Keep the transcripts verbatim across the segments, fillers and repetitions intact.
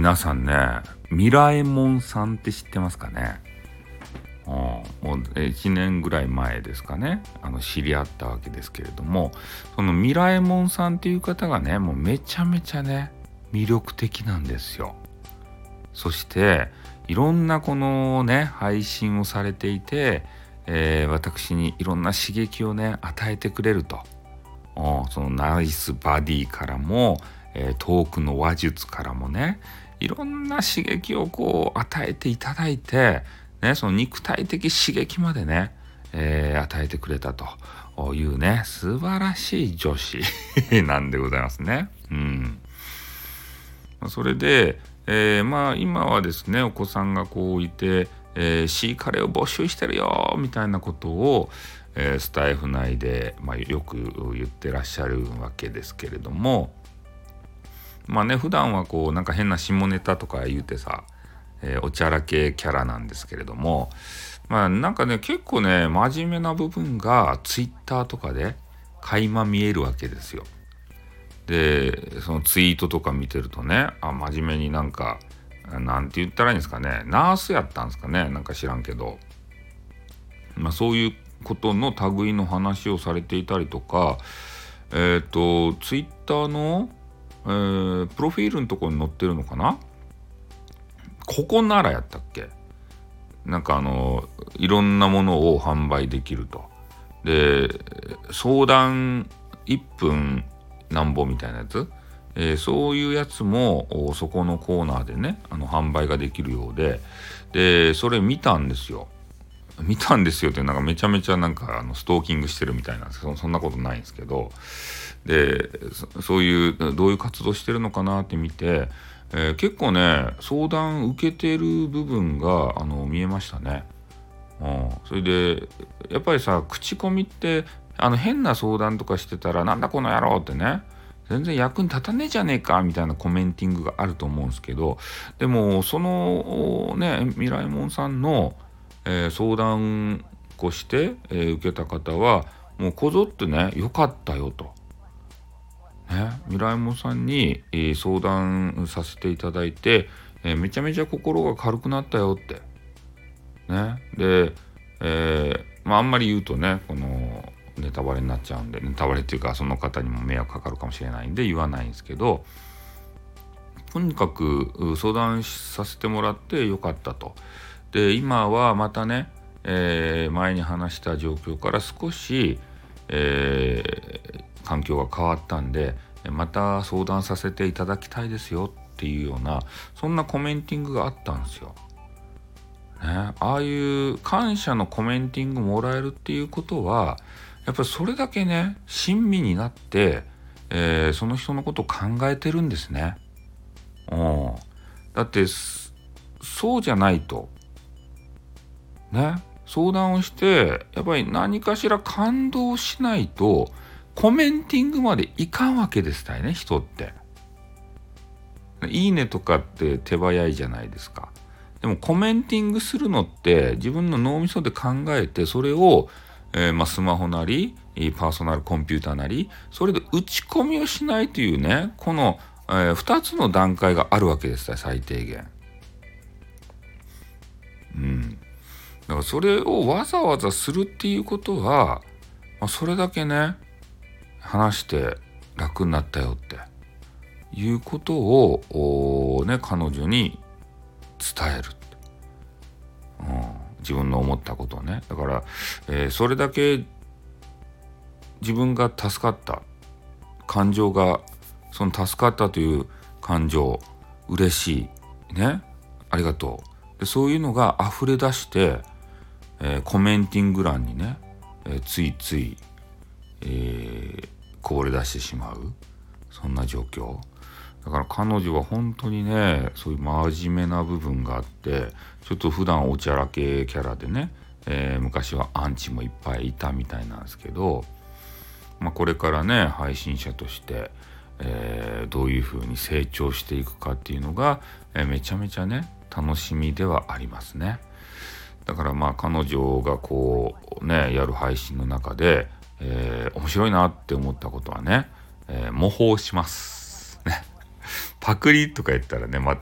皆さんね、ミラエモンさんって知ってますかね。うん、もういちねんぐらい前ですかね、あの知り合ったわけですけれども、そのミラエモンさんっていう方がね、もうめちゃめちゃね魅力的なんですよ。そしていろんなこのね配信をされていて、えー、私にいろんな刺激をね与えてくれると。うん、そのナイスバディからも、えー、トークの話術からもね、いろんな刺激をこう与えていただいて、ね、その肉体的刺激までね、えー、与えてくれたというね、素晴らしい女子なんでございますね。うん。それで、えー、まあ今はですね、お子さんがこういて、えー、シーカレーを募集してるよみたいなことを、えー、スタイフ内で、まあ、よく言ってらっしゃるわけですけれども、まあね、普段はこうなんか変な下ネタとか言うてさ、えー、おちゃらけキャラなんですけれども、まあなんかね結構ね真面目な部分がツイッターとかで垣間見えるわけですよ。でそのツイートとか見てるとね、あ真面目になんかなんて言ったらいいんですかね、ナースやったんですかね、なんか知らんけど、まあそういうことの類の話をされていたりとか、えっ、ー、とツイッターの、えー、プロフィールのところに載ってるのかな、ここならやったっけ、なんかあのいろんなものを販売できると。で相談いっぷんなんぼみたいなやつ、えー、そういうやつもそこのコーナーでねあの販売ができるようで、でそれ見たんですよ。見たんですよってなんかめちゃめちゃなんかあのストーキングしてるみたいなんですけど、そんなことないんですけど、で そ, そういうどういう活動してるのかなって見て、えー、結構ね相談受けてる部分があの見えましたね。うん、それでやっぱりさ、口コミってあの変な相談とかしてたらなんだこの野郎ってね、全然役に立たねえじゃねえかみたいなコメンティングがあると思うんですけど、でもそのねミライモンさんの、えー、相談をして、えー、受けた方はもうこぞってねよかったよと。ね、ミライモンさんに、えー、相談させていただいて、えー、めちゃめちゃ心が軽くなったよってね。で、えー、まああんまり言うとねこのネタバレになっちゃうんで、ネタバレっていうかその方にも迷惑かかるかもしれないんで言わないんですけど、とにかく相談させてもらってよかったと。で今はまたね、えー、前に話した状況から少し、えー、環境が変わったんでまた相談させていただきたいですよっていうような、そんなコメンティングがあったんですよ。ね、ああいう感謝のコメンティングもらえるっていうことはやっぱりそれだけね親身になって、えー、その人のことを考えてるんですね。うん、だってそうじゃないとね、相談をしてやっぱり何かしら感動しないとコメンティングまでいかんわけですたいね、人って。いいねとかって手早いじゃないですか。でもコメンティングするのって自分の脳みそで考えて、それを、えーまあ、スマホなりパーソナルコンピューターなりそれで打ち込みをしないというね、この、えー、ふたつの段階があるわけですよ、最低限。うん。だからそれをわざわざするっていうことは、まあ、それだけね話して楽になったよっていうことをね彼女に伝える。うん、自分の思ったことをね。だから、えー、それだけ自分が助かった感情が、その助かったという感情、嬉しいね、ありがとうで、そういうのが溢れ出して、えー、コメンティング欄にね、えー、ついつい、えー、こぼれ出してしまう、そんな状況だから、彼女は本当にねそういう真面目な部分があって、ちょっと普段おちゃらけキャラでね、えー、昔はアンチもいっぱいいたみたいなんですけど、まあ、これからね配信者として、えー、どういう風に成長していくかっていうのが、えー、めちゃめちゃね楽しみではありますね。だからまあ彼女がこうねやる配信の中で、えー、面白いなって思ったことはね、えー、模倣しますね。パクリとか言ったらねまた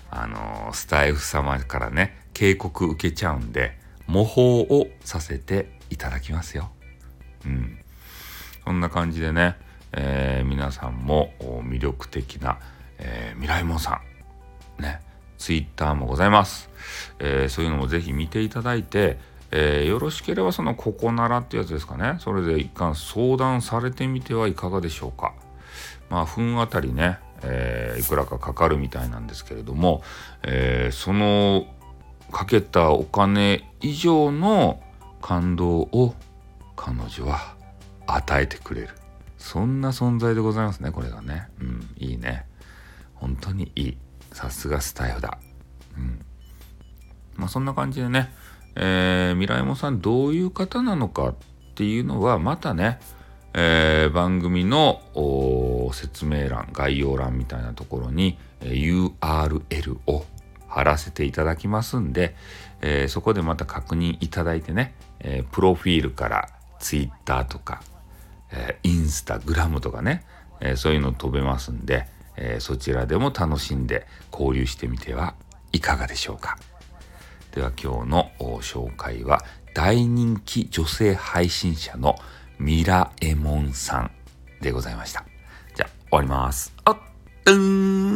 あのー、スタイフ様からね警告受けちゃうんで模倣をさせていただきますよ。うん、そんな感じでね、えー、皆さんも魅力的な、えー、ミライモンさんね、ツイッターもございます、えー、そういうのもぜひ見ていただいて、えー、よろしければそのここならってやつですかね、それで一貫相談されてみてはいかがでしょうか。まあ分あたりね、えー、いくらかかかるみたいなんですけれども、えー、そのかけたお金以上の感動を彼女は与えてくれる、そんな存在でございますね、これがね。うん、いいね、本当にいい、さすがスタイフだ。うん、まあそんな感じでね、えー、ミライモンさんどういう方なのかっていうのはまたね、えー、番組の説明欄、概要欄みたいなところに、えー、ユーアールエル を貼らせていただきますんで、えー、そこでまた確認いただいてね、えー、プロフィールからツイッターとか、えー、インスタグラムとかね、えー、そういうの飛べますんで、えー、そちらでも楽しんで交流してみてはいかがでしょうか。では今日の紹介は大人気女性配信者のミラエモンさんでございました。じゃあ終わります。あっ、うーん。